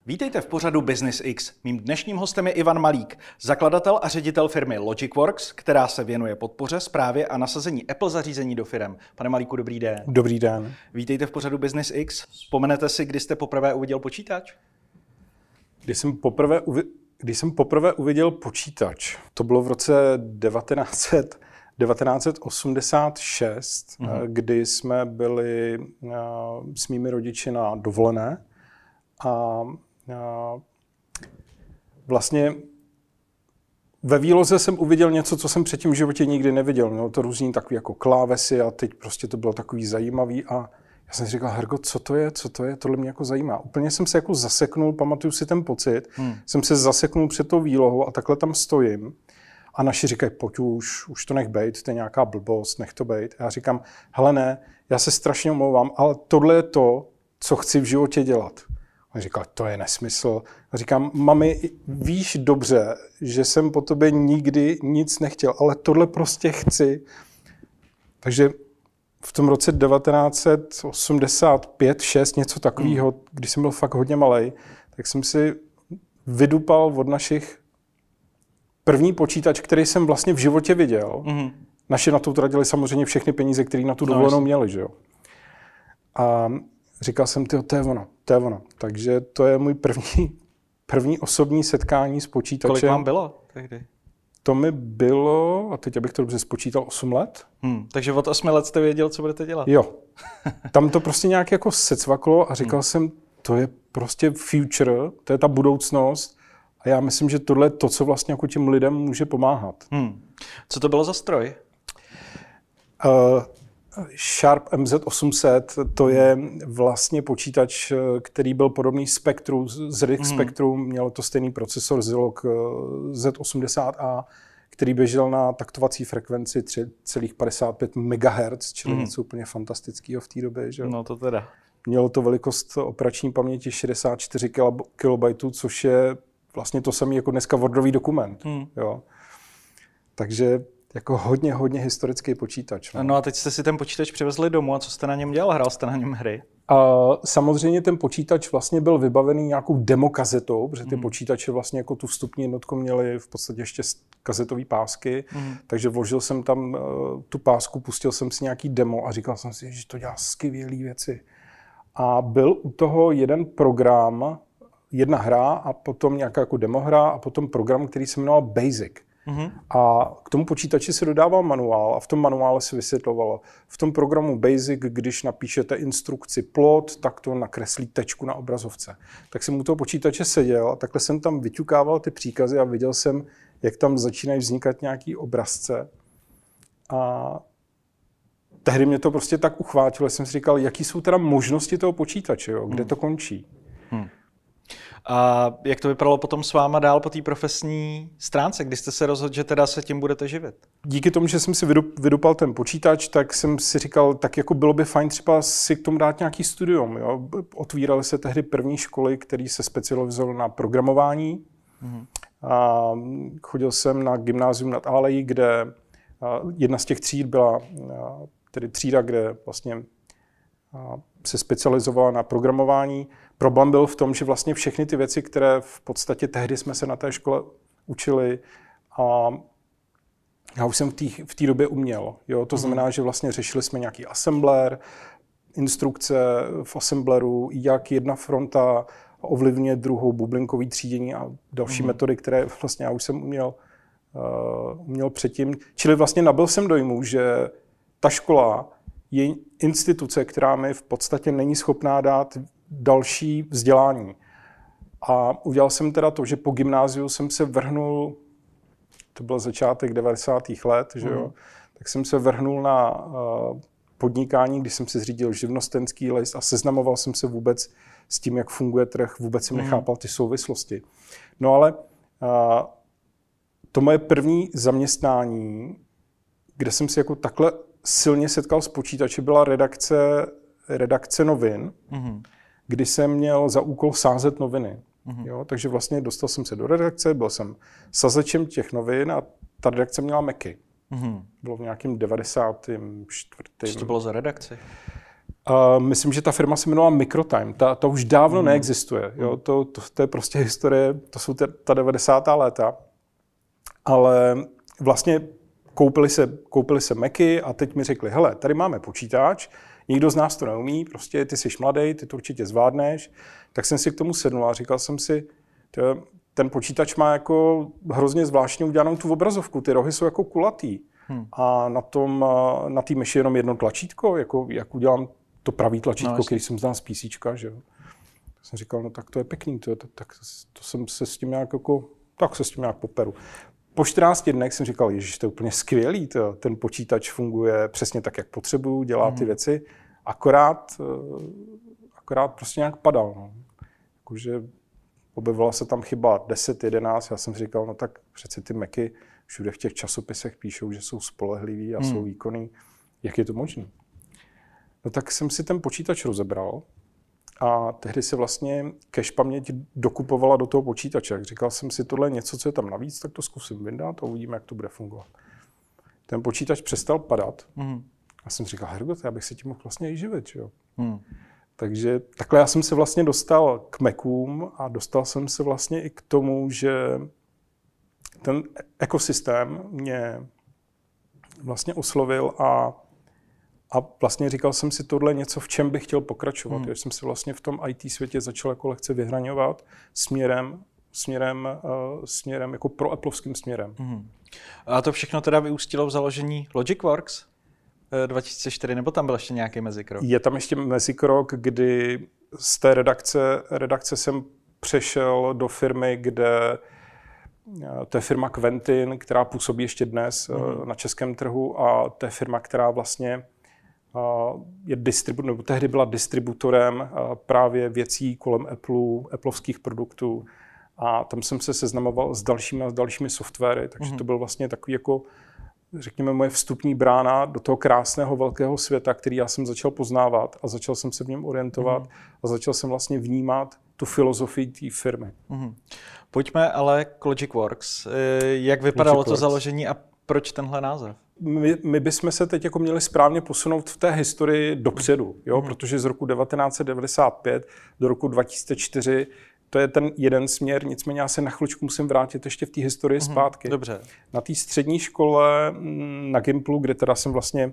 Vítejte v pořadu Business X. Mým dnešním hostem je Ivan Malík, zakladatel a ředitel firmy Logicworks, která se věnuje podpoře, správě a nasazení Apple zařízení do firem. Pane Malíku, dobrý den. Dobrý den. Vítejte v pořadu Business X. Vzpomenete si, kdy jste poprvé uviděl počítač? Když jsem poprvé uviděl počítač, to bylo v roce 1986, kdy jsme byli s mými rodiči na dovolené a vlastně ve výloze jsem uviděl něco, co jsem předtím v životě nikdy neviděl. Mělo to různý takový jako klávesy a teď prostě to bylo takový zajímavý a já jsem si říkal, Hergo, co to je, tohle mě jako zajímá. Úplně jsem se jako zaseknul, pamatuju si ten pocit, jsem se zaseknul před tou výlohou a takhle tam stojím a naši říkají, pojď už to nech bejt, to je nějaká blbost, nech to bejt. A já říkám, hele ne, já se strašně omlouvám, ale tohle je to, co chci v životě dělat. On říkal, to je nesmysl. A říkám, mami, víš dobře, že jsem po tobě nikdy nic nechtěl, ale tohle prostě chci. Takže v tom roce 1985-6, něco takového, když jsem byl fakt hodně malej, tak jsem si vydupal od našich první počítač, který jsem vlastně v životě viděl. Naši na to utratili samozřejmě všechny peníze, které na tu dovolenou měli, že jo. A říkal jsem, to je ono. Takže to je můj první osobní setkání s počítačem. Kolik vám bylo tehdy? To mi bylo, a teď abych to dobře spočítal, 8 let. Takže od 8 let jste věděl, co budete dělat? Jo. Tam to prostě nějak jako secvaklo a říkal jsem, to je prostě future, to je ta budoucnost a já myslím, že tohle je to, co vlastně jako těm lidem může pomáhat. Co to bylo za stroj? Sharp MZ800, to je vlastně počítač, který byl podobný Spectru, ZX Spectru, měl to stejný procesor Zilog Z80A, který běžel na taktovací frekvenci 3,55 MHz, čili něco úplně fantastického v té době. Že? No to teda. Mělo to velikost operační paměti 64 KB, což je vlastně to samé jako dneska Wordový dokument. Jo. Takže jako hodně historický počítač. No a teď jste si ten počítač přivezli domů a co jste na něm dělal? Hrál jste na něm hry? Samozřejmě ten počítač vlastně byl vybavený nějakou demokazetou, protože ty počítače vlastně jako tu vstupní jednotku měly v podstatě ještě kazetové pásky, takže vložil jsem tam tu pásku, pustil jsem si nějaký demo a říkal jsem si, že to dělá skvělé věci. A byl u toho jeden program, jedna hra a potom nějaká jako demohra a potom program, který se jmenoval Basic. A k tomu počítači se dodával manuál a v tom manuále se vysvětlovalo. V tom programu Basic, když napíšete instrukci plot, tak to nakreslí tečku na obrazovce. Tak jsem u toho počítače seděl a takhle jsem tam vyťukával ty příkazy a viděl jsem, jak tam začínají vznikat nějaký obrazce. A tehdy mě to prostě tak uchvátilo, jsem si říkal, jaký jsou teda možnosti toho počítače, jo? Kde to končí. A jak to vypadalo potom s váma dál po té profesní stránce, kdy jste se rozhodl, že teda se tím budete živit? Díky tomu, že jsem si vydupal ten počítač, tak jsem si říkal, tak jako bylo by fajn třeba si k tomu dát nějaký studium. Jo? Otvíraly se tehdy první školy, které se specializovaly na programování. A chodil jsem na gymnázium nad Álejí, kde jedna z těch tříd byla tedy třída, kde vlastně se specializovala na programování. Problém byl v tom, že vlastně všechny ty věci, které v podstatě tehdy jsme se na té škole učili, a já už jsem v té době uměl. Jo? To znamená, že vlastně řešili jsme nějaký assembler, instrukce v assembleru, jak jedna fronta ovlivňuje druhou, bublinkový třídění a další metody, které vlastně já už jsem uměl předtím. Čili vlastně nabyl jsem dojmu, že ta škola je instituce, která mi v podstatě není schopná dát další vzdělání. A udělal jsem teda to, že po gymnáziu jsem se vrhnul, to byl začátek 90. let, že jo, tak jsem se vrhnul na podnikání, když jsem si zřídil živnostenský list a seznamoval jsem se vůbec s tím, jak funguje trh, vůbec jsem nechápal ty souvislosti. No ale to moje první zaměstnání, kde jsem si jako takhle silně setkal s počítači, byla redakce novin, kdy jsem měl za úkol sázet noviny. Jo, takže vlastně dostal jsem se do redakce, byl jsem sazečem těch novin a ta redakce měla Macy. Bylo v nějakém 94. Co to bylo za redakci? Myslím, že ta firma se jmenovala Microtime. Ta už dávno neexistuje. Jo? To je prostě historie, to jsou ta 90. léta. Ale vlastně koupili se Macy a teď mi řekli, hele, tady máme počítač, nikdo z nás to neumí, prostě ty jsi mladý, ty to určitě zvládneš. Tak jsem si k tomu sednul a říkal jsem si, ten počítač má jako hrozně zvláštně udělanou tu obrazovku, ty rohy jsou jako kulatý. A na té myši jenom jedno tlačítko, jako jak udělám to pravý tlačítko, který jsem znal z PCčka, že jo. Tak jsem říkal, no tak to je pěkný, tak jsem se s tím nějak poperu. Po 14 dnech jsem říkal, ježiš, to je úplně skvělý, ten počítač funguje přesně tak, jak potřebuju, dělá ty věci, akorát prostě nějak padal. No. Jakože objevila se tam chyba 10, 11, já jsem si říkal, no tak přece ty Macy všude v těch časopisech píšou, že jsou spolehlivý a jsou výkonný. Jak je to možné? No tak jsem si ten počítač rozebral a tehdy se vlastně cache paměť dokupovala do toho počítače. Říkal jsem si, tohle je něco, co je tam navíc, tak to zkusím vyndat a uvidíme, jak to bude fungovat. Ten počítač přestal padat a jsem říkal, hergot, já bych se tím mohl vlastně i živit, že jo. Takže takhle já jsem se vlastně dostal k Macům a dostal jsem se vlastně i k tomu, že ten ekosystém mě vlastně oslovil a vlastně říkal jsem si tohle něco, v čem bych chtěl pokračovat. Já jsem se vlastně v tom IT světě začal jako lehce vyhraňovat směrem jako pro applovským směrem. A to všechno teda vyústilo v založení Logicworks 2004, nebo tam byl ještě nějaký mezikrok? Je tam ještě mezikrok, kdy z té redakce jsem přešel do firmy, kde to je firma Quentin, která působí ještě dnes na českém trhu a to je firma, která vlastně tehdy byla distributorem právě věcí kolem applovských produktů a tam jsem se seznamoval s dalšími softwary, takže to byl vlastně takový jako, řekněme, moje vstupní brána do toho krásného velkého světa, který já jsem začal poznávat a začal jsem se v něm orientovat a začal jsem vlastně vnímat tu filozofii té firmy. Pojďme ale k Logicworks. Jak vypadalo to založení a proč tenhle název? My bychom se teď jako měli správně posunout v té historii dopředu, jo? Protože z roku 1995 do roku 2004 to je ten jeden směr, nicméně já se na chvíličku musím vrátit ještě v té historii zpátky. Dobře. Na té střední škole na Gimplu, kde teda jsem vlastně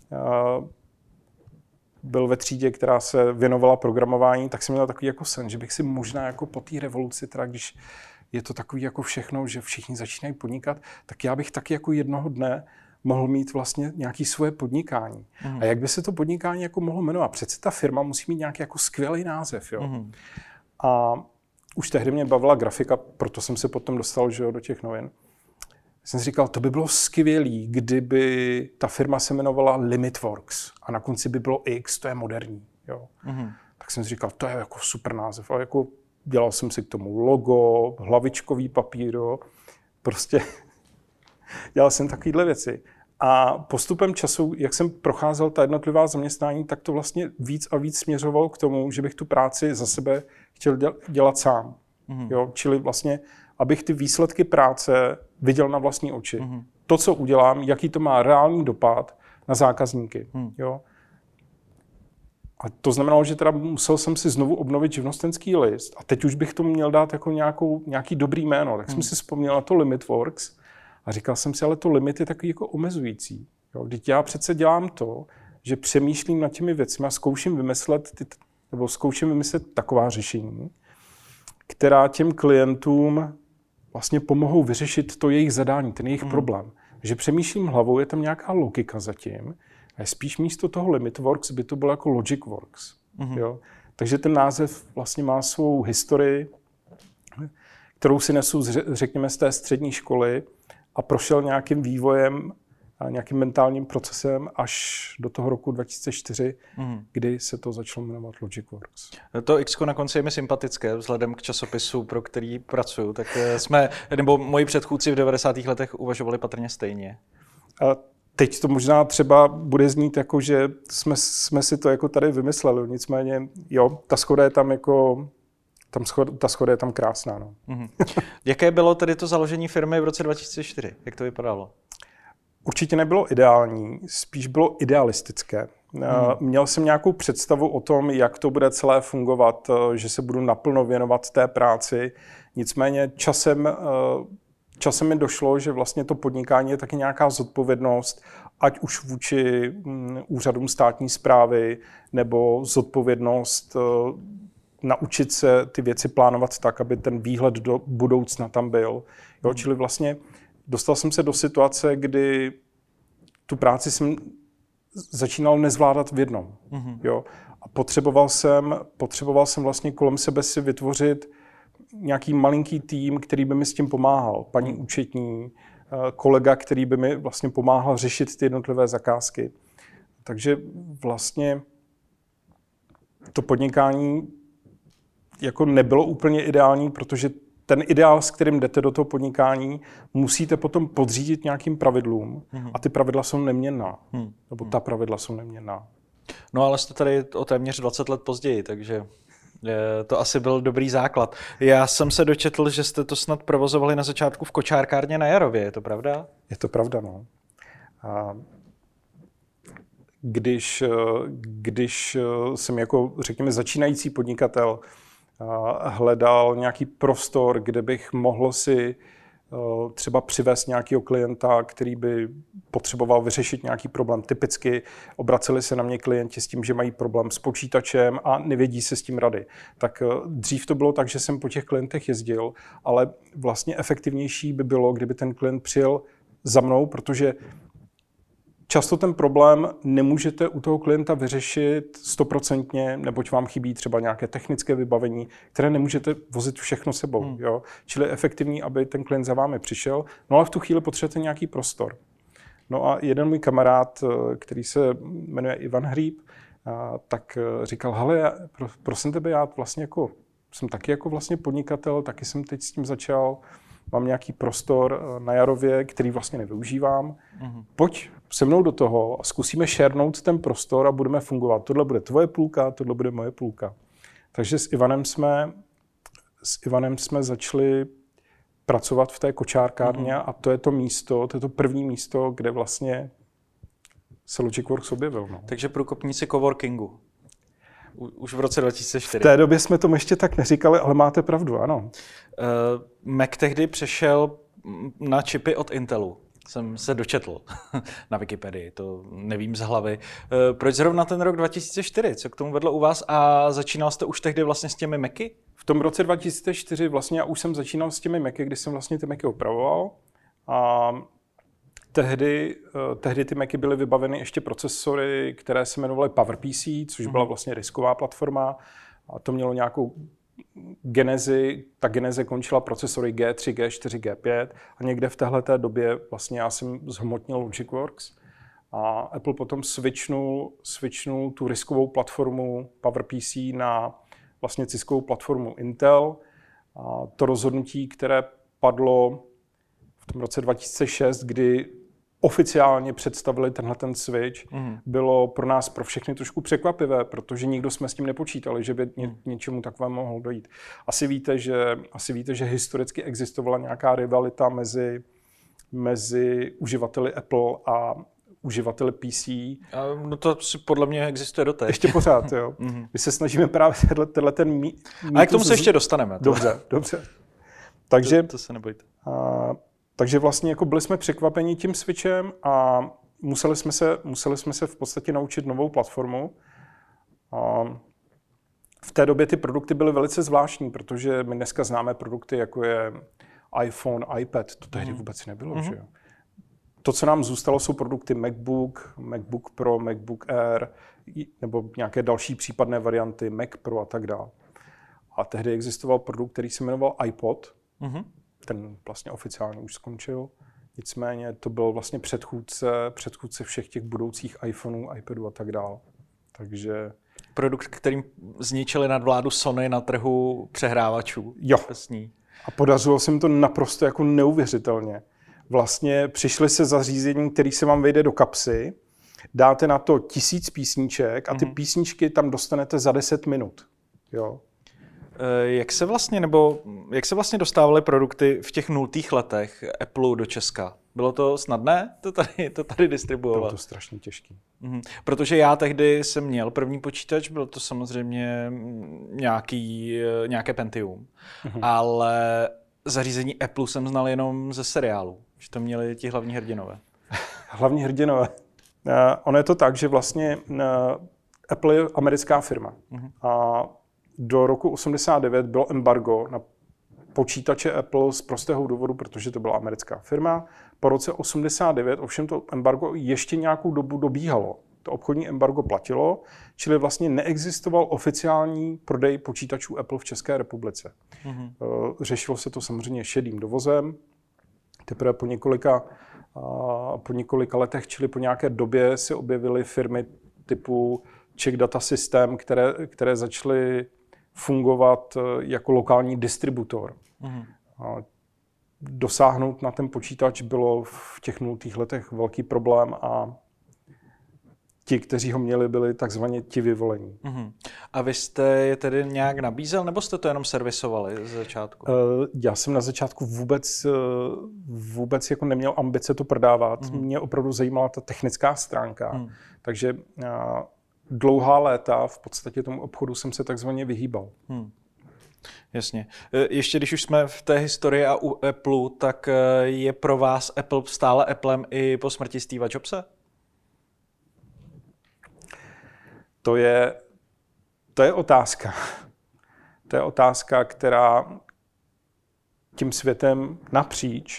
byl ve třídě, která se věnovala programování, tak jsem měl takový jako sen, že bych si možná jako po té revoluci, teda když je to takový jako všechno, že všichni začínají podnikat, tak já bych taky jako jednoho dne mohl mít vlastně nějaké svoje podnikání. A jak by se to podnikání jako mohlo jmenovat? Přece ta firma musí mít nějaký jako skvělý název. Jo? A už tehdy mě bavila grafika, proto jsem se potom dostal, že jo, do těch novin. Jsem si říkal, to by bylo skvělý, kdyby ta firma se jmenovala Limitworks a na konci by bylo X, to je moderní. Jo? Tak jsem si říkal, to je jako super název. A jako dělal jsem si k tomu logo, hlavičkový papíro, prostě dělal jsem takovýhle věci. A postupem času, jak jsem procházel ta jednotlivá zaměstnání, tak to vlastně víc a víc směřovalo k tomu, že bych tu práci za sebe chtěl dělat sám. Jo? Čili vlastně, abych ty výsledky práce viděl na vlastní oči. To, co udělám, jaký to má reálný dopad na zákazníky. Jo? A to znamenalo, že teda musel jsem si znovu obnovit živnostenský list a teď už bych tomu měl dát jako nějaký dobrý jméno. Tak jsem si vzpomněl na to Limitworks a říkal jsem si, ale to limit je takový jako omezující. Jo? Vždyť já přece dělám to, že přemýšlím nad těmi věcmi a zkouším vymyslet taková řešení, která těm klientům vlastně pomohou vyřešit to jejich zadání, ten jejich problém. Že přemýšlím hlavou, je tam nějaká logika zatím, a spíš místo toho Limitworks by to bylo jako Logicworks. Jo? Takže ten název vlastně má svou historii, kterou si nesu, řekněme, z té střední školy a prošel nějakým vývojem a nějakým mentálním procesem až do toho roku 2004, kdy se to začalo jmenovat Logicworks. To X na konci je mi sympatické, vzhledem k časopisu, pro který pracuju, tak moji předchůdci v 90. letech uvažovali patrně stejně. Teď to možná třeba bude znít jako, že jsme si to jako tady vymysleli, nicméně jo, ta schoda je tam jako, ta schoda je tam krásná. No. Jaké bylo tedy to založení firmy v roce 2004? Jak to vypadalo? Určitě nebylo ideální, spíš bylo idealistické. Měl jsem nějakou představu o tom, jak to bude celé fungovat, že se budu naplno věnovat té práci. Nicméně časem mi došlo, že vlastně to podnikání je taky nějaká zodpovědnost, ať už vůči úřadům státní správy, nebo zodpovědnost naučit se ty věci plánovat tak, aby ten výhled do budoucna tam byl. Jo, čili vlastně dostal jsem se do situace, kdy tu práci jsem začínal nezvládat v jednom. Jo. A potřeboval jsem vlastně kolem sebe si vytvořit nějaký malinký tým, který by mi s tím pomáhal. Paní účetní, kolega, který by mi vlastně pomáhal řešit ty jednotlivé zakázky. Takže vlastně to podnikání jako nebylo úplně ideální, protože ten ideál, s kterým jdete do toho podnikání, musíte potom podřídit nějakým pravidlům a ty pravidla jsou neměnná. Nebo ta pravidla jsou neměnná. No ale jste tady o téměř 20 let později, takže to asi byl dobrý základ. Já jsem se dočetl, že jste to snad provozovali na začátku v kočárkárně na Jarově, je to pravda? Je to pravda, no. Když jsem jako, řekněme, začínající podnikatel hledal nějaký prostor, kde bych mohl si třeba přivést nějakého klienta, který by potřeboval vyřešit nějaký problém. Typicky obraceli se na mě klienti s tím, že mají problém s počítačem a nevědí se s tím rady. Tak dřív to bylo tak, že jsem po těch klientech jezdil, ale vlastně efektivnější by bylo, kdyby ten klient přijel za mnou, protože často ten problém nemůžete u toho klienta vyřešit 100%, neboť vám chybí třeba nějaké technické vybavení, které nemůžete vozit všechno sebou. Jo? Čili je efektivní, aby ten klient za vámi přišel, no ale v tu chvíli potřebujete nějaký prostor. No a jeden můj kamarád, který se jmenuje Ivan Hříb, tak říkal, hele, prosím tebe, já vlastně jako, jsem taky jako vlastně podnikatel, taky jsem teď s tím začal, mám nějaký prostor na Jarově, který vlastně nevyužívám. Pojď se mnou do toho a zkusíme šernout ten prostor a budeme fungovat. Tohle bude tvoje půlka, tohle bude moje půlka. Takže s Ivanem jsme začali pracovat v té kočárkárně a to je to místo, to je to první místo, kde vlastně se Logicworks objevil. No. Takže průkopníci coworkingu. Už v roce 2004. V té době jsme tomu ještě tak neříkali, ale máte pravdu, ano. Mac tehdy přešel na čipy od Intelu. Jsem se dočetl na Wikipedii, to nevím z hlavy. Proč zrovna ten rok 2004? Co k tomu vedlo u vás? A začínal jste už tehdy vlastně s těmi Macy? V tom roce 2004 vlastně já už jsem začínal s těmi Macy, kdy jsem vlastně ty Macy opravoval. A tehdy ty Macy byly vybaveny ještě procesory, které se jmenovaly PowerPC, což byla vlastně risková platforma. A to mělo nějakou genezi, ta geneze končila procesory G3, G4, G5 a někde v téhleté době vlastně já jsem zhmotnil Logicworks a Apple potom switchnul tu riskovou platformu PowerPC na vlastně ciskovou platformu Intel. A to rozhodnutí, které padlo v tom roce 2006, kdy oficiálně představili ten switch, bylo pro nás, pro všechny trošku překvapivé, protože nikdo jsme s tím nepočítali, že by něčemu takovému mohlo dojít. Asi víte, že historicky existovala nějaká rivalita mezi uživateli Apple a uživateli PC. No to si podle mě existuje doteď. Ještě pořád, jo. My se snažíme právě tenhle ten mýtus... Ale k tomu se ještě dostaneme. Dobře. Takže... To se nebojte. Takže vlastně jako byli jsme překvapeni tím switchem a museli jsme se v podstatě naučit novou platformu. A v té době ty produkty byly velice zvláštní, protože my dneska známe produkty, jako je iPhone, iPad, to tehdy vůbec nebylo. Že jo? To, co nám zůstalo, jsou produkty MacBook Pro, MacBook Air nebo nějaké další případné varianty, Mac Pro a tak dále. A tehdy existoval produkt, který se jmenoval iPod. Ten vlastně oficiálně už skončil. Nicméně to byl vlastně předchůdce všech těch budoucích iPhoneů, iPadů a tak dále. Takže... Produkt, kterým zničili nadvládu Sony na trhu přehrávačů. Jo. A podařilo se mi to naprosto jako neuvěřitelně. Vlastně přišli se zařízením, který se vám vejde do kapsy, dáte na to 1000 písniček a ty písničky tam dostanete za 10 minut. Jo. Jak se vlastně dostávaly produkty v těch 0. letech Apple do Česka? Bylo to snadné to tady distribuovat? Bylo to strašně těžké. Protože já tehdy jsem měl první počítač, byl to samozřejmě nějaké Pentium, ale zařízení Apple jsem znal jenom ze seriálu, že to měli ti hlavní hrdinové. Hlavní hrdinové. Ono je to tak, že vlastně Apple je americká firma. A do roku 89 bylo embargo na počítače Apple z prostého důvodu, protože to byla americká firma. Po roce 89 ovšem to embargo ještě nějakou dobu dobíhalo. To obchodní embargo platilo, čili vlastně neexistoval oficiální prodej počítačů Apple v České republice. Řešilo se to samozřejmě šedým dovozem. Teprve po několika letech, čili po nějaké době, se objevily firmy typu Czech Data System, které začaly fungovat jako lokální distributor. Dosáhnout na ten počítač bylo v těch 0. letech velký problém a ti, kteří ho měli, byli takzvaně ti vyvolení. A vy jste je tedy nějak nabízel, nebo jste to jenom servisovali ze začátku? Já jsem na začátku vůbec jako neměl ambice to prodávat. Mě opravdu zajímala ta technická stránka. Takže dlouhá léta v podstatě tomu obchodu jsem se takzvaně vyhýbal. Jasně. Ještě když už jsme v té historii a u Apple, tak je pro vás Apple stále Applem i po smrti Steva Jobse? To je otázka. To je otázka, která tím světem napříč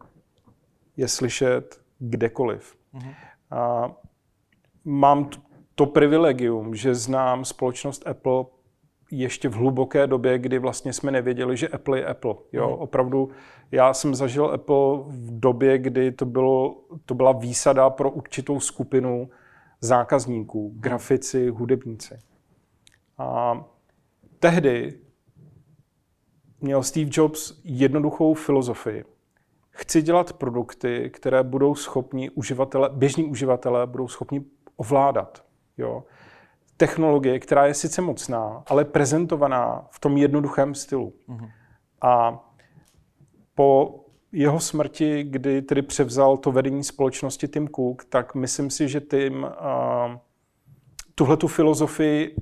je slyšet kdekoliv. A mám to privilegium, že znám společnost Apple ještě v hluboké době, kdy vlastně jsme nevěděli, že Apple je Apple. Jo, opravdu, já jsem zažil Apple v době, kdy to byla výsada pro určitou skupinu zákazníků, grafici, hudebníci. A tehdy měl Steve Jobs jednoduchou filozofii. Chci dělat produkty, které budou schopni běžní uživatelé budou schopni ovládat. Jo. Technologie, která je sice mocná, ale prezentovaná v tom jednoduchém stylu. A po jeho smrti, kdy tedy převzal to vedení společnosti Tim Cook, tak myslím si, že Tim tuhletu filozofii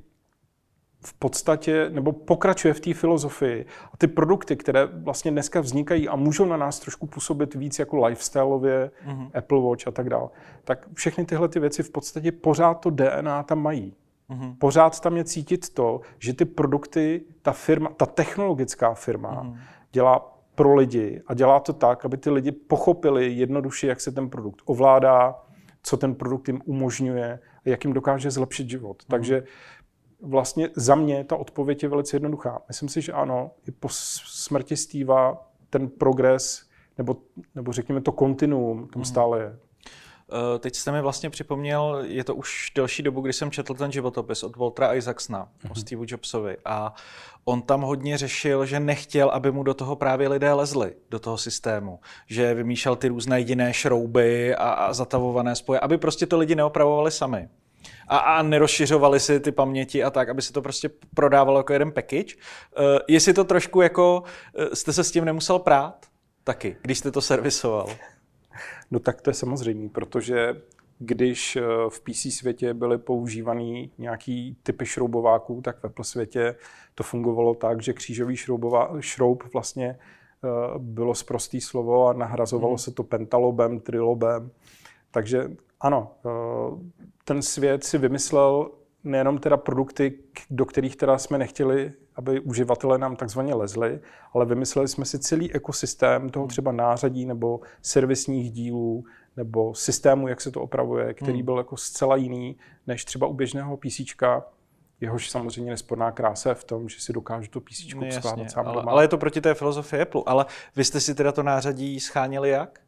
v podstatě, nebo pokračuje v té filozofii. A ty produkty, které vlastně dneska vznikají a můžou na nás trošku působit víc jako lifestyleově, Apple Watch a tak dále, tak všechny tyhle ty věci v podstatě pořád to DNA tam mají. Pořád tam je cítit to, že ty produkty, ta technologická firma dělá pro lidi a dělá to tak, aby ty lidi pochopili jednoduše, jak se ten produkt ovládá, co ten produkt jim umožňuje a jak jim dokáže zlepšit život. Takže vlastně za mě ta odpověď je velice jednoduchá. Myslím si, že ano, i po smrti Steva ten progres, nebo řekněme to kontinuum, tam stále je. Teď jste mi vlastně připomněl, je to už delší dobu, kdy jsem četl ten životopis od Waltera Isaacsona o Steve Jobsovi a on tam hodně řešil, že nechtěl, aby mu do toho právě lidé lezli, do toho systému, že vymýšlel ty různé jiné šrouby a zatavované spoje, aby prostě to lidi neopravovali sami. A nerozšiřovali si ty paměti a tak, aby se to prostě prodávalo jako jeden package. Jestli to trošku jako, jste se s tím nemusel prát taky, když jste to servisoval? No tak to je samozřejmě, protože když v PC světě byly používaný nějaký typy šroubováků, tak v Apple světě to fungovalo tak, že křížový šroub vlastně bylo sprostý slovo a nahrazovalo se to pentalobem, trilobem. Takže ano, ten svět si vymyslel nejenom teda produkty, do kterých teda jsme nechtěli, aby uživatelé nám takzvaně lezli, ale vymysleli jsme si celý ekosystém toho třeba nářadí nebo servisních dílů nebo systému, jak se to opravuje, který byl jako zcela jiný než třeba u běžného PCčka. Jehož samozřejmě nesporná krása je v tom, že si dokážu to PCčko skládat sám doma. Ale je to proti té filozofii Apple. Ale vy jste si teda to nářadí scháněli jak?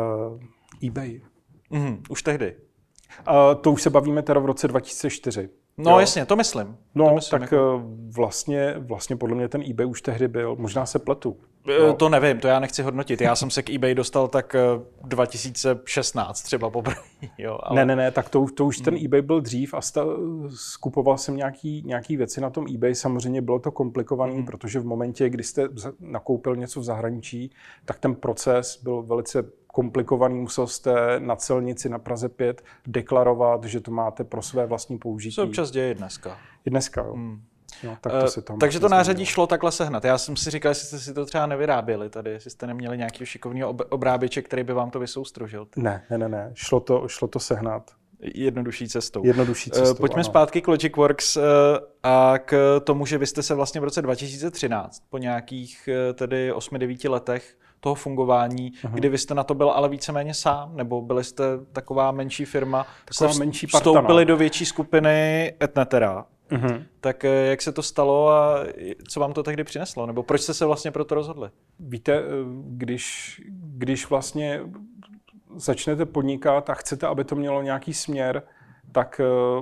eBay. Už tehdy? To už se bavíme teda v roce 2004. No jo. jasně, to myslím. No, to myslím, tak jako... vlastně podle mě ten eBay už tehdy byl, možná se pletu. To nevím, to já nechci hodnotit. Já jsem se k eBay dostal tak 2016 třeba poprvé. Ne, tak to už ten eBay byl dřív a skupoval jsem nějaký věci na tom eBay. Samozřejmě bylo to komplikované, protože v momentě, kdy jste nakoupil něco v zahraničí, tak ten proces byl velice komplikovaný. Musel jste na celnici na Praze 5 deklarovat, že to máte pro své vlastní použití. To občas děje i dneska. I dneska, jo. No, tak to se tam takže to nářadí šlo takhle sehnat. Já jsem si říkal, jestli jste si to třeba nevyráběli tady, jestli jste neměli nějakého šikovného obráběče, který by vám to vysoustružil. Ne. Šlo to sehnat. Jednodušší cestou. Pojďme ano. zpátky k Logicworks a k tomu, že vy jste se vlastně v roce 2013, po nějakých tedy 8-9 letech toho fungování, kdy vy jste na to byl ale víceméně sám, nebo byli jste taková menší firma, menší parta, vstoupili do větší skupiny Etnetera. Tak jak se to stalo a co vám to tehdy přineslo? Nebo proč jste se vlastně pro to rozhodli? Víte, když vlastně začnete podnikat a chcete, aby to mělo nějaký směr, tak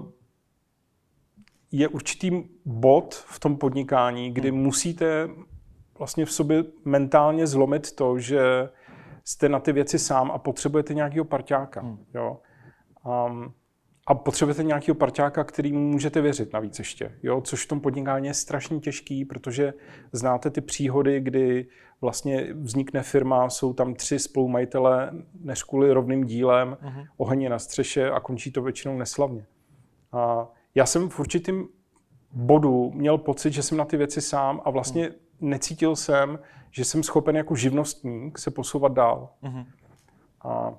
je určitý bod v tom podnikání, kdy musíte vlastně v sobě mentálně zlomit to, že jste na ty věci sám a potřebujete nějakého parťáka. Jo? A potřebujete nějakého parťáka, kterýmu můžete věřit navíc ještě. Jo? Což v tom podnikání je strašně těžký, protože znáte ty příhody, kdy vlastně vznikne firma, jsou tam 3 spolumajitele než kvůli rovným dílem, oheň je na střeše a končí to většinou neslavně. A já jsem v určitém bodu měl pocit, že jsem na ty věci sám a vlastně necítil jsem, že jsem schopen jako živnostník se posouvat dál. A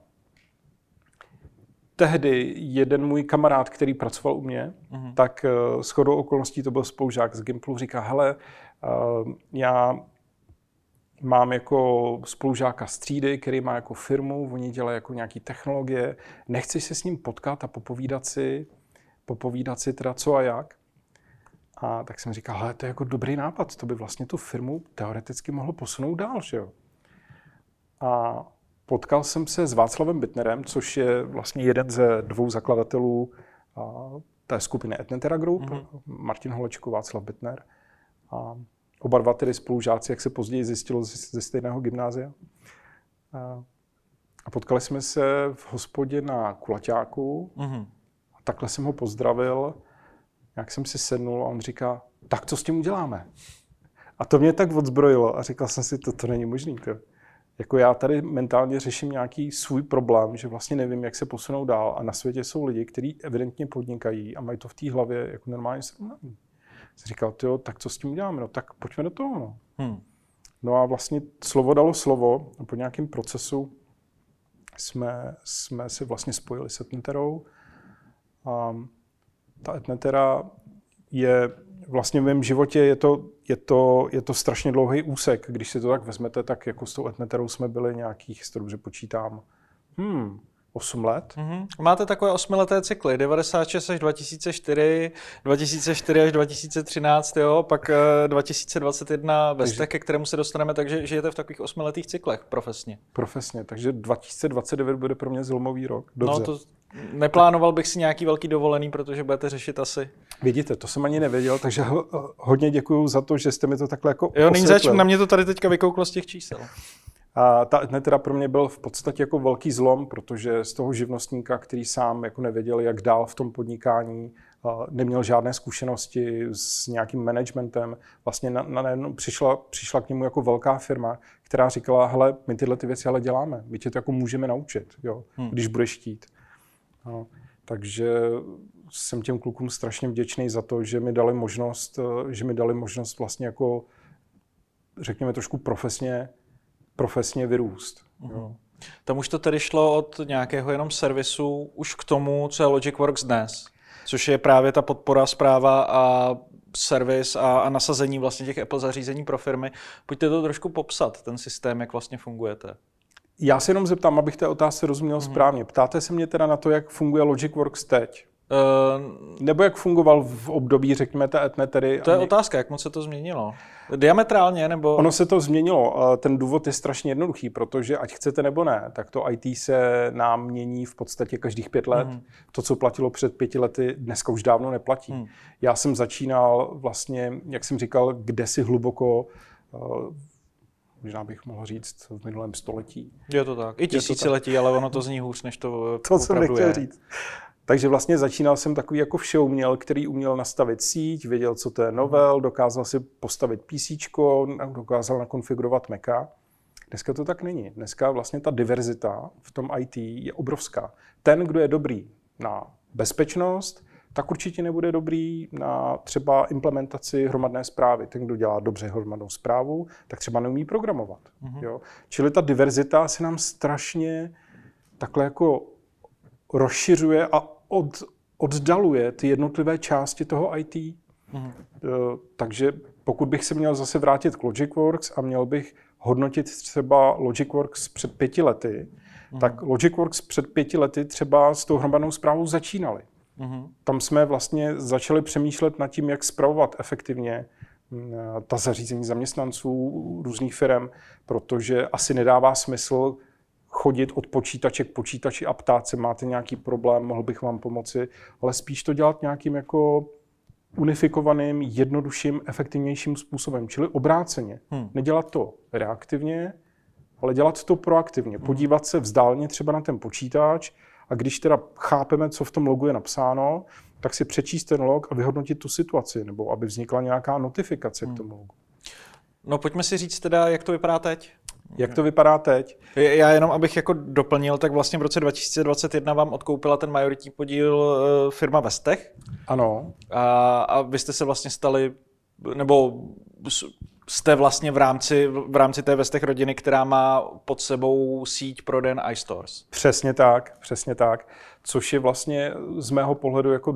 tehdy jeden můj kamarád, který pracoval u mě, tak shodou okolností to byl spolužák z Gimplu, říká, hele, já mám jako spolužáka z třídy, který má jako firmu, oni dělají jako nějaký technologie, nechceš se s ním potkat a popovídat si teda co a jak. A tak jsem říkal, hele, to je jako dobrý nápad, to by vlastně tu firmu teoreticky mohlo posunout dál, že jo. A potkal jsem se s Václavem Bittnerem, což je vlastně jeden ze 2 zakladatelů té skupiny Etnetera Group, Martin Holečko, Václav Bittner. A oba dva tedy spolužáci, jak se později zjistilo, ze stejného gymnázia. A potkali jsme se v hospodě na Kulaťáku. A takhle jsem ho pozdravil, jak jsem si sednul a on říká, tak co s tím uděláme? A to mě tak odzbrojilo a říkal jsem si, to není možný. Jako já tady mentálně řeším nějaký svůj problém, že vlastně nevím, jak se posunou dál a na světě jsou lidi, kteří evidentně podnikají a mají to v té hlavě jako normálně srovnání. Jsem říkal, tak co s tím uděláme? No tak pojďme do toho. No. No a vlastně slovo dalo slovo a po nějakém procesu jsme se vlastně spojili s Etneterou. A ta Etnetera je vlastně v mém životě je to strašně dlouhý úsek. Když si to tak vezmete, tak jako s tou Etneterou jsme byli nějakých, jestli to dobře počítám, 8 let. Máte takové 8leté cykly, 96 až 2004, 2004 až 2013, jo, pak 2021 ve Stech, ke kterému se dostaneme, takže žijete v takových 8letých cyklech profesně. Profesně, takže 2029 bude pro mě zlomový rok. Dobře. No to neplánoval bych si nějaký velký dovolený, protože budete řešit asi. Vidíte, to jsem ani nevěděl, takže hodně děkuju za to, že jste mi to takhle jako Jo, není zač, na mě to tady teďka vykouklo z těch čísel. A ta Etnetera pro mě byl v podstatě jako velký zlom, protože z toho živnostníka, který sám jako nevěděl, jak dál v tom podnikání, neměl žádné zkušenosti s nějakým managementem, vlastně najednou přišla k němu jako velká firma, která říkala, hele, my tyhle ty věci ale děláme, my tě to jako můžeme naučit, jo, když budeš chtít. No, takže jsem těm klukům strašně vděčný za to, že mi dali možnost vlastně jako, řekněme, trošku profesně vyrůst. Jo. Tam už to tedy šlo od nějakého jenom servisu už k tomu, co je Logicworks dnes, což je právě ta podpora, správa a servis a nasazení vlastně těch Apple zařízení pro firmy. Pojďte to trošku popsat, ten systém, jak vlastně fungujete. Já se jenom zeptám, abych té otázce rozuměl správně. Ptáte se mě teda na to, jak funguje Logicworks teď? Nebo jak fungoval v období, řekněme, té etnetery? To je otázka, jak moc se to změnilo. Diametrálně, nebo... Ono se to změnilo. Ten důvod je strašně jednoduchý, protože ať chcete nebo ne, tak to IT se nám mění v podstatě každých 5 let. To, co platilo před 5 lety, dneska už dávno neplatí. Já jsem začínal vlastně, jak jsem říkal, kdesi hluboko, možná bych mohl říct, v minulém století. Je to tak. I tisíciletí, ale ono to zní hůř, než to jsem nechtěl říct. Takže vlastně začínal jsem takový jako všeuměl, který uměl nastavit síť, věděl, co to je novel, dokázal si postavit PCčko, dokázal nakonfigurovat Maca. Dneska to tak není. Dneska vlastně ta diverzita v tom IT je obrovská. Ten, kdo je dobrý na bezpečnost, tak určitě nebude dobrý na třeba implementaci hromadné správy. Ten, kdo dělá dobře hromadnou správu, tak třeba neumí programovat. Jo? Čili ta diverzita se nám strašně takhle jako rozšiřuje a oddaluje ty jednotlivé části toho IT. Takže pokud bych se měl zase vrátit k Logicworks a měl bych hodnotit třeba Logicworks před 5 lety, tak Logicworks před 5 lety třeba s tou hromadnou správou začínali. Tam jsme vlastně začali přemýšlet nad tím, jak spravovat efektivně ta zařízení zaměstnanců různých firm, protože asi nedává smysl chodit od počítače k počítači a ptát se, máte nějaký problém, mohl bych vám pomoci, ale spíš to dělat nějakým jako unifikovaným, jednodušším, efektivnějším způsobem, čili obráceně. Nedělat to reaktivně, ale dělat to proaktivně. Podívat se vzdáleně třeba na ten počítač a když teda chápeme, co v tom logu je napsáno, tak si přečíst ten log a vyhodnotit tu situaci, nebo aby vznikla nějaká notifikace k tomu logu. No pojďme si říct teda, jak to vypadá teď. Jak to vypadá teď? Já jenom, abych jako doplnil, tak vlastně v roce 2021 vám odkoupila ten majoritní podíl firma Vestech. Ano. A vy jste se vlastně stali, nebo jste vlastně v rámci té Vestech rodiny, která má pod sebou síť prodejen iStores. Přesně tak. Což je vlastně z mého pohledu jako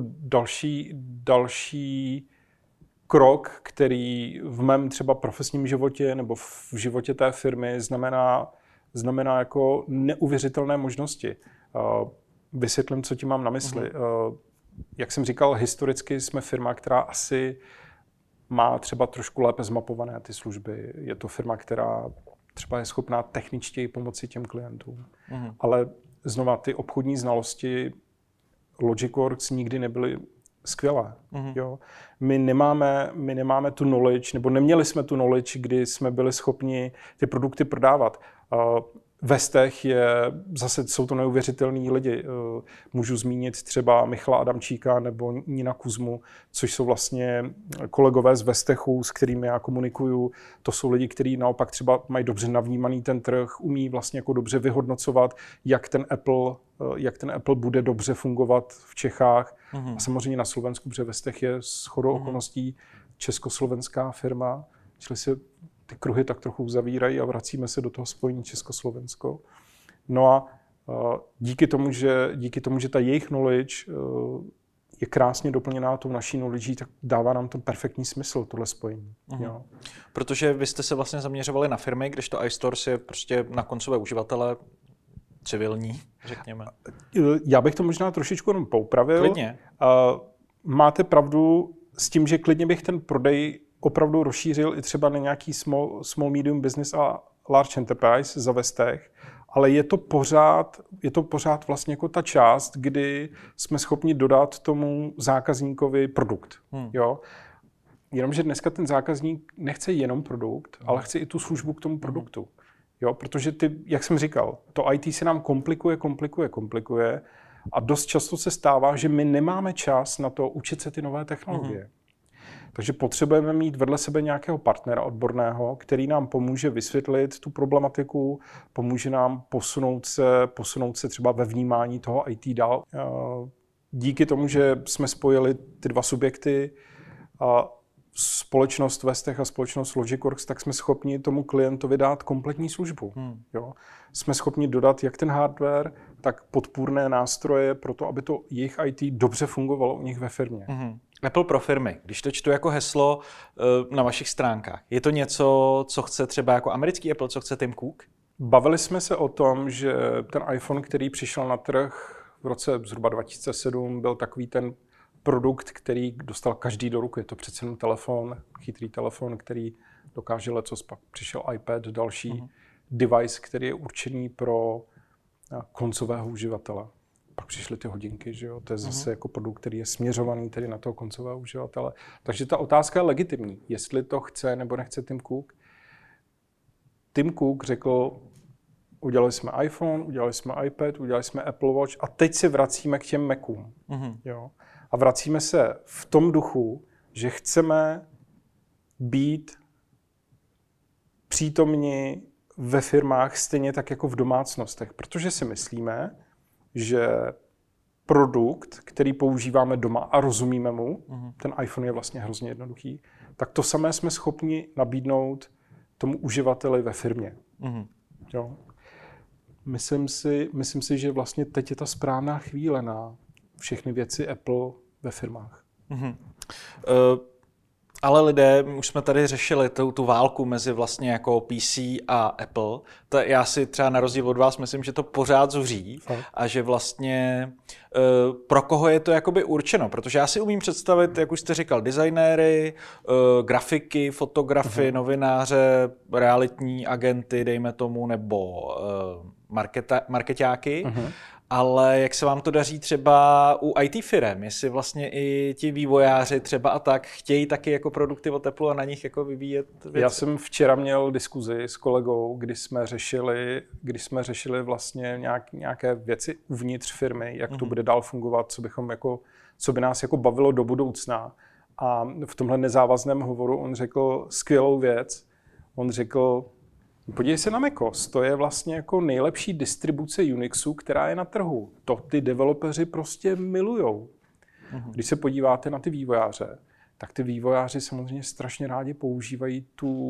další krok, který v mém třeba profesním životě nebo v životě té firmy znamená jako neuvěřitelné možnosti. Vysvětlím, co tím mám na mysli. Jak jsem říkal, historicky jsme firma, která asi má třeba trošku lépe zmapované ty služby. Je to firma, která třeba je schopná techničtěji pomoci těm klientům. Ale znova ty obchodní znalosti Logicworks nikdy nebyly skvělé. Jo. My nemáme tu knowledge, nebo neměli jsme tu knowledge, kdy jsme byli schopni ty produkty prodávat. Vestech jsou to neuvěřitelní lidi. Můžu zmínit třeba Michala Adamčíka nebo Nina Kuzmu, což jsou vlastně kolegové z Vestechu, s kterými já komunikuju. To jsou lidi, kteří naopak třeba mají dobře navnímaný ten trh, umí vlastně jako dobře vyhodnocovat, jak ten Apple bude dobře fungovat v Čechách. A samozřejmě na Slovensku, protože Vestech je shodou okolností československá firma, čili se ty kruhy tak trochu uzavírají a vracíme se do toho spojení Československo. No a díky tomu, že ta jejich knowledge je krásně doplněná tou naší knowledge, tak dává nám to perfektní smysl, tohle spojení. Jo. Protože vy jste se vlastně zaměřovali na firmy, kdežto iStores je prostě na koncové uživatele civilní, řekněme. Já bych to možná trošičku jenom poupravil. Klidně. Máte pravdu s tím, že klidně bych ten prodej opravdu rozšířil i třeba na nějaký small medium business a large enterprise za Vestech, ale je to pořád vlastně jako ta část, kdy jsme schopni dodat tomu zákazníkovi produkt. Jo? Jenomže dneska ten zákazník nechce jenom produkt, ale chce i tu službu k tomu produktu. Jo? Protože jak jsem říkal, to IT se nám komplikuje a dost často se stává, že my nemáme čas na to učit se ty nové technologie. Takže potřebujeme mít vedle sebe nějakého partnera odborného, který nám pomůže vysvětlit tu problematiku, pomůže nám posunout se třeba ve vnímání toho IT dál. Díky tomu, že jsme spojili ty dva subjekty, společnost Vestech a společnost Logicworks, tak jsme schopni tomu klientovi dát kompletní službu. Jo? Jsme schopni dodat jak ten hardware, tak podpůrné nástroje pro to, aby to jejich IT dobře fungovalo u nich ve firmě. Apple pro firmy, když to čtu jako heslo na vašich stránkách, je to něco, co chce třeba jako americký Apple, co chce Tim Cook? Bavili jsme se o tom, že ten iPhone, který přišel na trh v roce zhruba 2007 byl takový ten produkt, který dostal každý do ruky. Je to přece jenom telefon, chytrý telefon, který dokáže lecos, pak přišel iPad, další device, který je určený pro koncového uživatele. Pak přišly ty hodinky, že jo? To je zase jako produkt, který je směřovaný tedy na toho koncového uživatele. Takže ta otázka je legitimní, jestli to chce nebo nechce Tim Cook. Tim Cook řekl, udělali jsme iPhone, udělali jsme iPad, udělali jsme Apple Watch a teď se vracíme k těm Macům. Jo? A vracíme se v tom duchu, že chceme být přítomni ve firmách stejně tak jako v domácnostech, protože si myslíme, že produkt, který používáme doma a rozumíme mu, ten iPhone je vlastně hrozně jednoduchý, tak to samé jsme schopni nabídnout tomu uživateli ve firmě. Jo? Myslím si, že vlastně teď je ta správná chvíle na všechny věci Apple ve firmách. Ale lidé, už jsme tady řešili tu válku mezi vlastně jako PC a Apple. Já si třeba na rozdíl od vás myslím, že to pořád zuří a že vlastně pro koho je to jakoby určeno. Protože já si umím představit, jak už jste říkal, designéry, grafiky, fotografy, novináře, realitní agenty, dejme tomu, nebo markeťáky. Ale jak se vám to daří třeba u IT firem, jestli vlastně i ti vývojáři třeba a tak chtějí taky jako produkty od Apple a na nich jako vyvíjet věci? Já jsem včera měl diskuzi s kolegou, kdy jsme řešili vlastně nějaké věci uvnitř firmy, jak to bude dál fungovat, co by nás jako bavilo do budoucna. A v tomhle nezávazném hovoru on řekl skvělou věc. On řekl, podívej se na macOS, to je vlastně jako nejlepší distribuce Unixu, která je na trhu. To ty developeři prostě milujou. Když se podíváte na ty vývojáře, tak ty vývojáři samozřejmě strašně rádi používají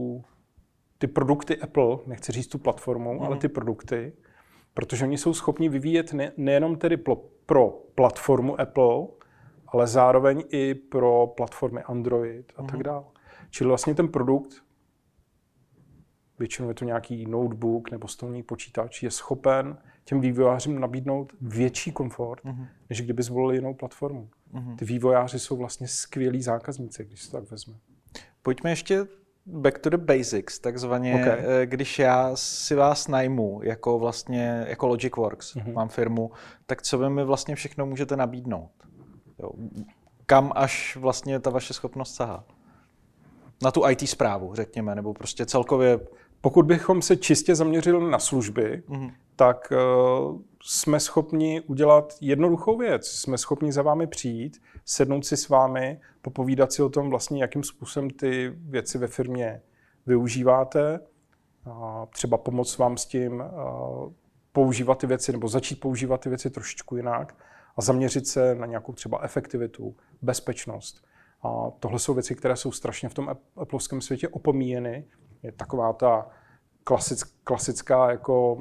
ty produkty Apple, nechci říct tu platformu, ale ty produkty, protože oni jsou schopni vyvíjet nejenom tedy pro platformu Apple, ale zároveň i pro platformy Android a tak dále. Čili vlastně ten produkt, většinou je to nějaký notebook nebo stolní počítač, je schopen těm vývojářům nabídnout větší komfort, než kdyby zvolili jinou platformu. Ty vývojáři jsou vlastně skvělí zákazníci, když se tak vezme. Pojďme ještě back to the basics, takzvaně, když já si vás najmu jako Logicworks, mám firmu, tak co vy mi vlastně všechno můžete nabídnout? Jo. Kam až vlastně ta vaše schopnost sahá? Na tu IT správu, řekněme, nebo prostě celkově. Pokud bychom se čistě zaměřili na služby, tak jsme schopni udělat jednoduchou věc. Jsme schopni za vámi přijít, sednout si s vámi, popovídat si o tom vlastně, jakým způsobem ty věci ve firmě využíváte, třeba pomoct vám s tím používat ty věci nebo začít používat ty věci trošičku jinak a zaměřit se na nějakou třeba efektivitu, bezpečnost. A tohle jsou věci, které jsou strašně v tom applovském světě opomíjeny. Je taková ta klasická jako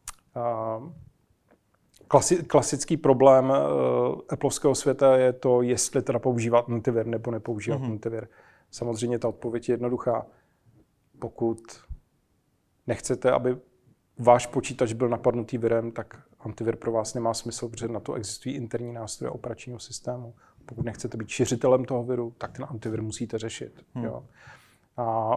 klasický problém applovského světa je to, jestli teda používat antivir nebo nepoužívat antivir. Samozřejmě ta odpověď je jednoduchá. Pokud nechcete, aby váš počítač byl napadnutý virem, tak antivir pro vás nemá smysl, protože na to existují interní nástroje operačního systému. Pokud nechcete být šiřitelem toho viru, tak ten antivir musíte řešit. Jo. A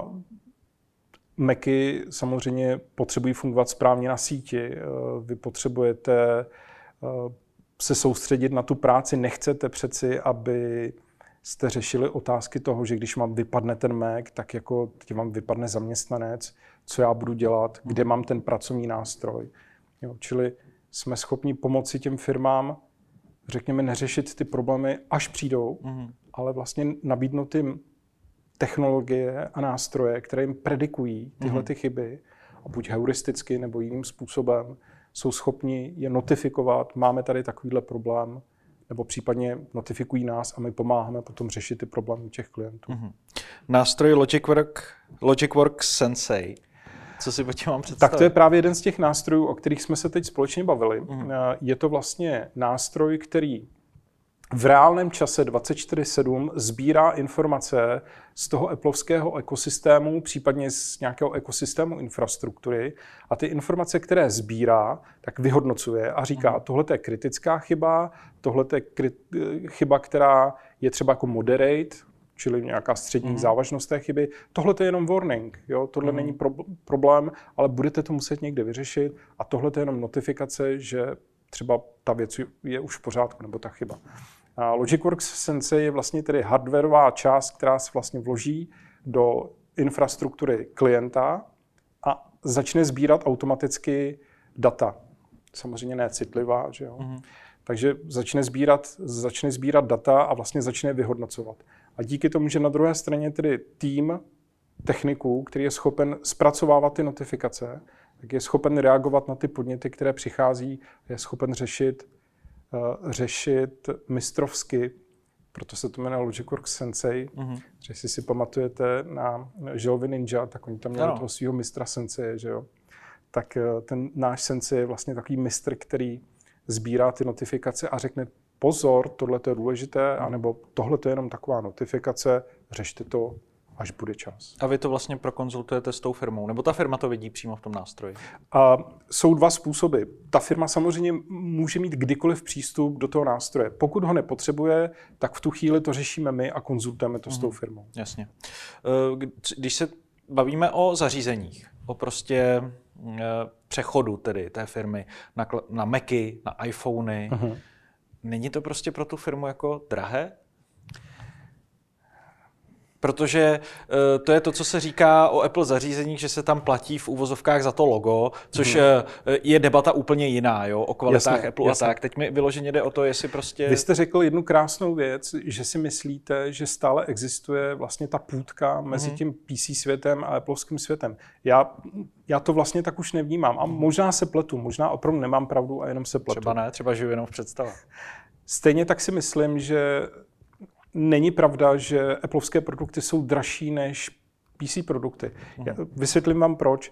Macy samozřejmě potřebují fungovat správně na síti. Vy potřebujete se soustředit na tu práci. Nechcete přeci, aby jste řešili otázky toho, že když vám vypadne ten Mac, tak jako vám vypadne zaměstnanec, co já budu dělat, kde mám ten pracovní nástroj. Jo, čili jsme schopni pomoci těm firmám, řekněme, neřešit ty problémy, až přijdou, ale vlastně nabídnout jim technologie a nástroje, které jim predikují tyhle ty chyby a buď heuristicky nebo jiným způsobem jsou schopni je notifikovat, máme tady takovýhle problém, nebo případně notifikují nás a my pomáháme potom řešit ty problémy těch klientů. Nástroj Logicworks Sensei. Co si po tím mám představit? Tak to je právě jeden z těch nástrojů, o kterých jsme se teď společně bavili. Je to vlastně nástroj, který v reálném čase 24/7 sbírá informace z toho applovského ekosystému, případně z nějakého ekosystému infrastruktury a ty informace, které sbírá, tak vyhodnocuje a říká, tohle je kritická chyba, tohle je chyba, která je třeba jako moderate, čili nějaká střední závažnost té chyby. Tohle je jenom warning, jo? Tohle není problém, ale budete to muset někde vyřešit a tohle je jenom notifikace, že třeba ta věc je už v pořádku, nebo ta chyba. A Logicworks Sensei je vlastně tedy hardwarová část, která se vlastně vloží do infrastruktury klienta a začne sbírat automaticky data. Samozřejmě ne citlivá, že jo? Takže začne sbírat data a vlastně začne vyhodnocovat. A díky tomu, že na druhé straně tedy tým techniků, který je schopen zpracovávat ty notifikace, tak je schopen reagovat na ty podněty, které přichází, je schopen řešit mistrovsky, proto se to jmenuje Logicworks Sensei, že jestli si pamatujete na Želvy Ninja, tak oni tam měli toho svého mistra Sensei, že jo. Tak ten náš Sensei je vlastně takový mistr, který sbírá ty notifikace a řekne pozor, tohle je důležité, anebo tohle je jenom taková notifikace, řešte to, až bude čas. A vy to vlastně prokonzultujete s tou firmou, nebo ta firma to vidí přímo v tom nástroji? A jsou dva způsoby. Ta firma samozřejmě může mít kdykoliv přístup do toho nástroje. Pokud ho nepotřebuje, tak v tu chvíli to řešíme my a konzultujeme to s tou firmou. Jasně. Když se bavíme o zařízeních, o prostě přechodu tedy té firmy na Macy, na iPhony, není to prostě pro tu firmu jako drahé? Protože to je to, co se říká o Apple zařízeních, že se tam platí v uvozovkách za to logo, což je debata úplně jiná, jo, o kvalitách jasně, Apple jasně. A tak. Teď mi vyloženě jde o to, jestli prostě... Vy jste řekl jednu krásnou věc, že si myslíte, že stále existuje vlastně ta půtka mezi tím PC světem a Appleovským světem. Já to vlastně tak už nevnímám. A možná se pletu, možná opravdu nemám pravdu a jenom se pletu. Třeba ne, třeba žiju jenom v představách. Stejně tak si myslím, že není pravda, že Appleovské produkty jsou dražší než PC produkty. Já vysvětlím vám proč.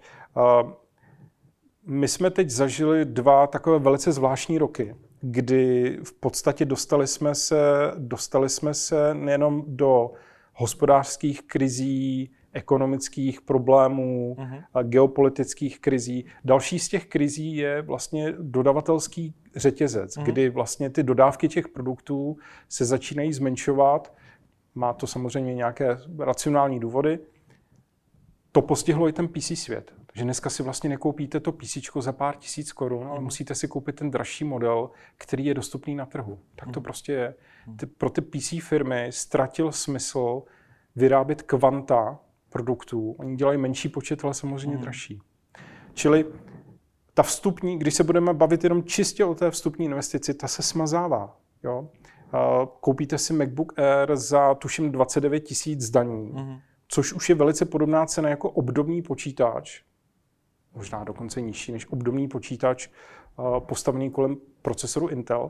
My jsme teď zažili 2 takové velice zvláštní roky, kdy v podstatě dostali jsme se nejenom do hospodářských krizí, ekonomických problémů, geopolitických krizí. Další z těch krizí je vlastně dodavatelský řetězec, kdy vlastně ty dodávky těch produktů se začínají zmenšovat. Má to samozřejmě nějaké racionální důvody. To postihlo i ten PC svět. Takže dneska si vlastně nekoupíte to PC za pár tisíc korun, ale musíte si koupit ten dražší model, který je dostupný na trhu. Tak to prostě je. Pro ty PC firmy ztratil smysl vyrábět kvanta produktů. Oni dělají menší počet, ale samozřejmě dražší. Čili ta vstupní, když se budeme bavit jenom čistě o té vstupní investici, ta se smazává. Jo? Koupíte si MacBook Air za tuším 29 000 z daní, což už je velice podobná cena jako obdobný počítač, možná dokonce nižší než obdobný počítač postavený kolem procesoru Intel.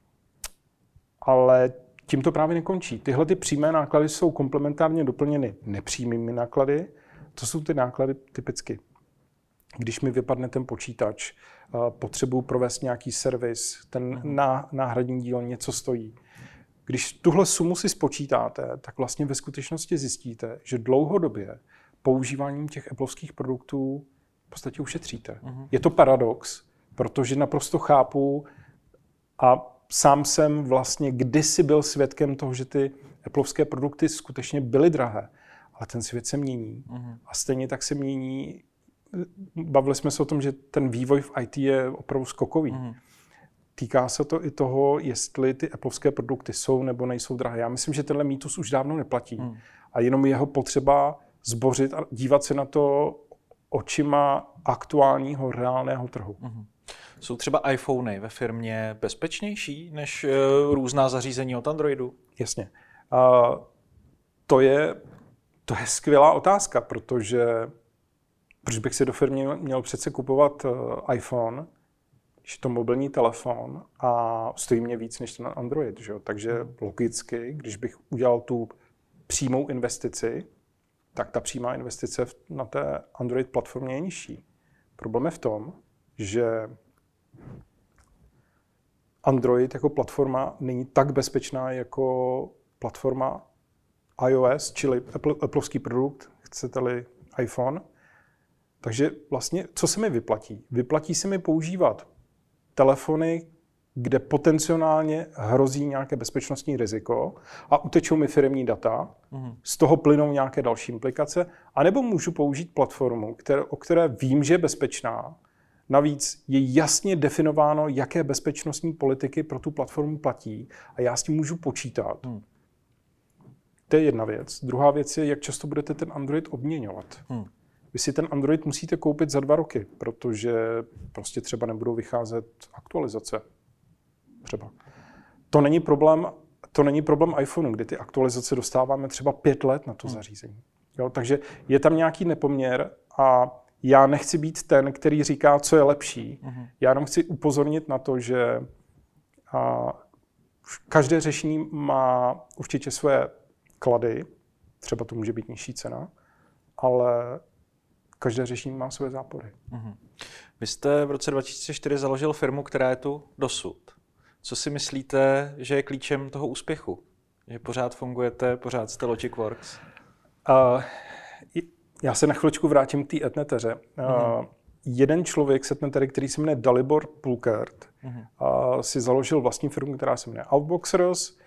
Ale tím to právě nekončí. Tyhle ty přímé náklady jsou komplementárně doplněny nepřímými náklady. To jsou ty náklady typicky. Když mi vypadne ten počítač, potřebuji provést nějaký servis, ten náhradní díl něco stojí. Když tuhle sumu si spočítáte, tak vlastně ve skutečnosti zjistíte, že dlouhodobě používáním těch Appleovských produktů v podstatě ušetříte. Je to paradox, protože naprosto chápu a sám jsem vlastně kdysi byl svědkem toho, že ty Appleovské produkty skutečně byly drahé, ale ten svět se mění. A stejně tak se mění, bavili jsme se o tom, že ten vývoj v IT je opravdu skokový. Týká se to i toho, jestli ty Appleovské produkty jsou nebo nejsou drahé. Já myslím, že tenhle mýtus už dávno neplatí. A jenom jeho potřeba zbořit a dívat se na to očima aktuálního, reálného trhu. Jsou třeba iPhony ve firmě bezpečnější než různá zařízení od Androidu? Jasně. To je skvělá otázka, protože proč bych si do firmy měl přece kupovat iPhone, když je to mobilní telefon a stojí mě víc než ten Android. Že? Takže logicky, když bych udělal tu přímou investici, tak ta přímá investice na té Android platformě je nižší. Problém je v tom, že Android jako platforma není tak bezpečná jako platforma iOS, čili Appleovský produkt, chcete-li iPhone. Takže vlastně, co se mi vyplatí? Vyplatí se mi používat telefony, kde potenciálně hrozí nějaké bezpečnostní riziko a utečou mi firemní data, z toho plynou nějaké další implikace, anebo můžu použít platformu, o které vím, že je bezpečná. Navíc je jasně definováno, jaké bezpečnostní politiky pro tu platformu platí a já s tím můžu počítat. To je jedna věc. Druhá věc je, jak často budete ten Android obměňovat. Vy si ten Android musíte koupit za 2 roky, protože prostě třeba nebudou vycházet aktualizace. Třeba. To není problém iPhoneu, kdy ty aktualizace dostáváme třeba 5 let na to zařízení. Jo, takže je tam nějaký nepoměr a já nechci být ten, který říká, co je lepší. Já jenom chci upozornit na to, že každé řešení má určitě své klady, třeba to může být nižší cena, ale každé řešení má své zápory. Vy jste v roce 2004 založil firmu, která je tu dosud. Co si myslíte, že je klíčem toho úspěchu? Že pořád fungujete, pořád jste Logicworks? Já se na chvíličku vrátím k té etneteře. Jeden člověk z etnetery, který se jmenuje Dalibor Pulkert, si založil vlastní firmu, která se jmenuje Outboxers.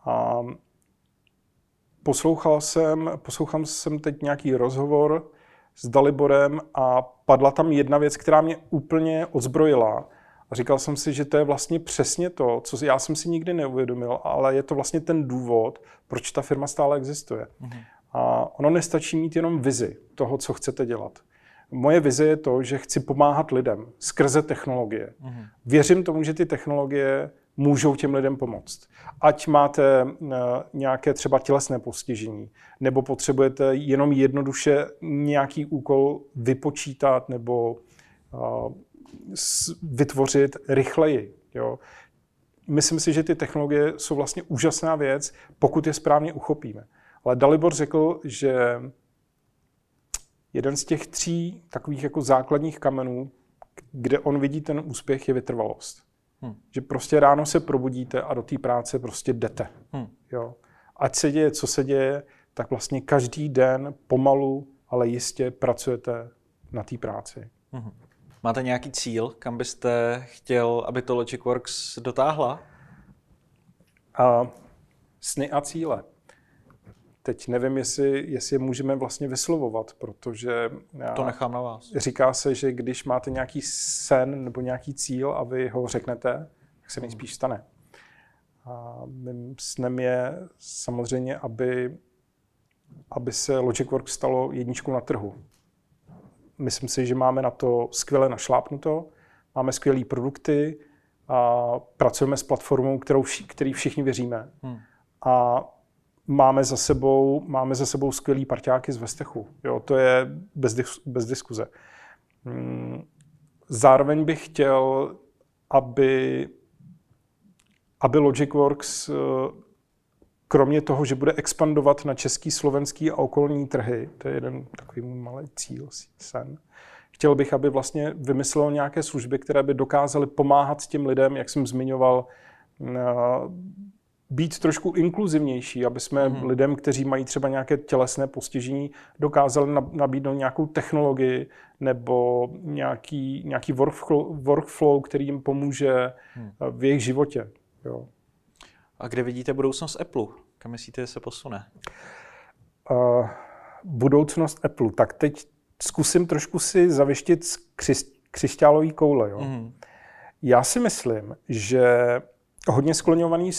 Poslouchal jsem teď nějaký rozhovor s Daliborem a padla tam jedna věc, která mě úplně odzbrojila. A říkal jsem si, že to je vlastně přesně to, co já jsem si nikdy neuvědomil, ale je to vlastně ten důvod, proč ta firma stále existuje. A ono nestačí mít jenom vizi toho, co chcete dělat. Moje vize je to, že chci pomáhat lidem skrze technologie. Věřím tomu, že ty technologie můžou těm lidem pomoct. Ať máte nějaké třeba tělesné postižení, nebo potřebujete jenom jednoduše nějaký úkol vypočítat nebo vytvořit rychleji. Jo. Myslím si, že ty technologie jsou vlastně úžasná věc, pokud je správně uchopíme. Ale Dalibor řekl, že jeden z těch 3 takových jako základních kamenů, kde on vidí ten úspěch, je vytrvalost. Že prostě ráno se probudíte a do té práce prostě jdete. Jo. Ať se děje, co se děje, tak vlastně každý den pomalu, ale jistě pracujete na té práci. Máte nějaký cíl, kam byste chtěl, aby to Logicworks dotáhla? Sny a cíle. Teď nevím, jestli je můžeme vlastně vyslovovat, protože to nechám na vás. Říká se, že když máte nějaký sen nebo nějaký cíl a vy ho řeknete, tak se nejspíš stane. A mým snem je samozřejmě, aby se Logicworks stalo jedničkou na trhu. Myslím si, že máme na to skvěle našlápnuto, máme skvělé produkty a pracujeme s platformou, který všichni věříme. A máme za sebou skvělý parťáky z Vestechu. Jo, to je bez diskuze. Zároveň bych chtěl, aby Logicworks, kromě toho, že bude expandovat na český, slovenský a okolní trhy, to je jeden takový můj malý cíl, sen, chtěl bych, aby vlastně vymyslel nějaké služby, které by dokázaly pomáhat těm lidem, jak jsem zmiňoval, být trošku inkluzivnější, aby jsme lidem, kteří mají třeba nějaké tělesné postižení, dokázali nabídnout nějakou technologii nebo nějaký workflow, který jim pomůže v jejich životě. Jo. A kde vidíte budoucnost Apple? Kam myslíte, že se posune? Budoucnost Apple. Tak teď zkusím trošku si zavěštit z křišťálové koule. Jo. Já si myslím, že hodně skloňované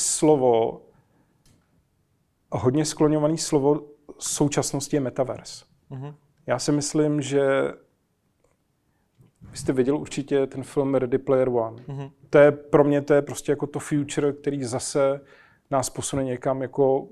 slovo současnosti je metaverse. Já si myslím, že vy jste viděl určitě ten film Ready Player One. Pro mě to je prostě jako to future, který zase nás posune někam jako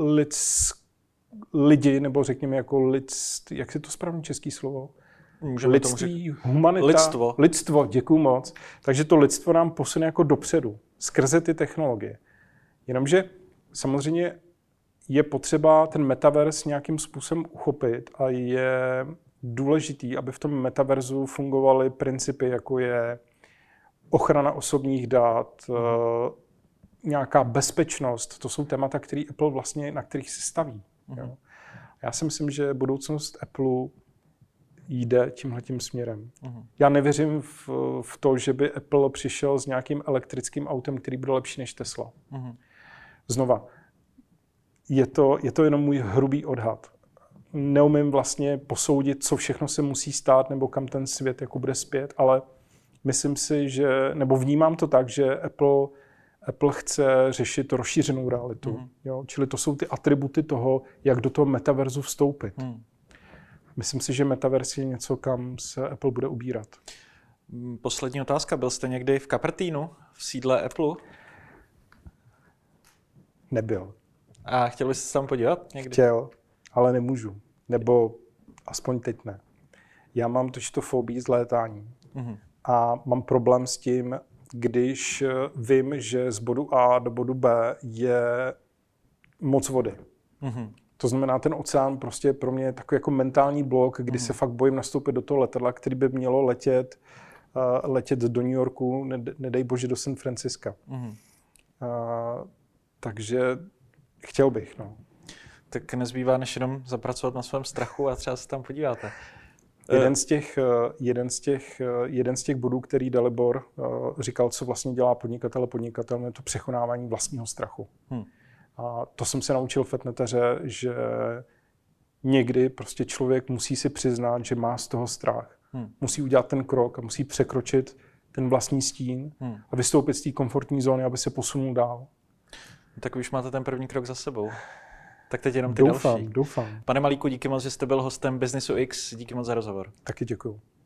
lidi, nebo řekněme jako jak je to správně český slovo? Lidství, humanita, lidstvo, děkuju moc. Takže to lidstvo nám posune jako dopředu, skrze ty technologie. Jenomže samozřejmě je potřeba ten metaverse nějakým způsobem uchopit a je důležitý, aby v tom metaverzu fungovaly principy, jako je ochrana osobních dat, nějaká bezpečnost, to jsou témata, které Apple vlastně, na kterých se staví. Jo. Já si myslím, že budoucnost Apple jde tímhletím směrem. Já nevěřím v to, že by Apple přišel s nějakým elektrickým autem, který bude lepší než Tesla. Znova, je to jenom můj hrubý odhad. Neumím vlastně posoudit, co všechno se musí stát, nebo kam ten svět jako bude zpět, ale myslím si, že, nebo vnímám to tak, že Apple chce řešit rozšířenou realitu. Jo? Čili to jsou ty atributy toho, jak do toho metaverzu vstoupit. Myslím si, že metaverz je něco, kam se Apple bude ubírat. Poslední otázka. Byl jste někdy v Cupertinu, v sídle Apple? Nebyl. A chtěl byste se tam podívat někdy? Chtěl, ale nemůžu. Nebo aspoň teď ne. Já mám totiž fobii z létání. A mám problém s tím, když vím, že z bodu A do bodu B je moc vody. To znamená, ten oceán prostě pro mě je takový jako mentální blok, kdy se fakt bojím nastoupit do toho letadla, který by mělo letět do New Yorku, nedej bože do San Francisca. Takže chtěl bych, no. Tak nezbývá, než jenom zapracovat na svém strachu a třeba se tam podíváte. Jeden z těch bodů, který Dalibor říkal, co vlastně dělá podnikatel, je to překonávání vlastního strachu. A to jsem se naučil v Fetneteře, že někdy prostě člověk musí si přiznat, že má z toho strach. Musí udělat ten krok a musí překročit ten vlastní stín a vystoupit z té komfortní zóny, aby se posunul dál. Tak už máte ten první krok za sebou. Tak teď jenom ty další. Doufám. Pane Malíku, díky moc, že jste byl hostem Businessu X. Díky moc za rozhovor. Taky děkuju.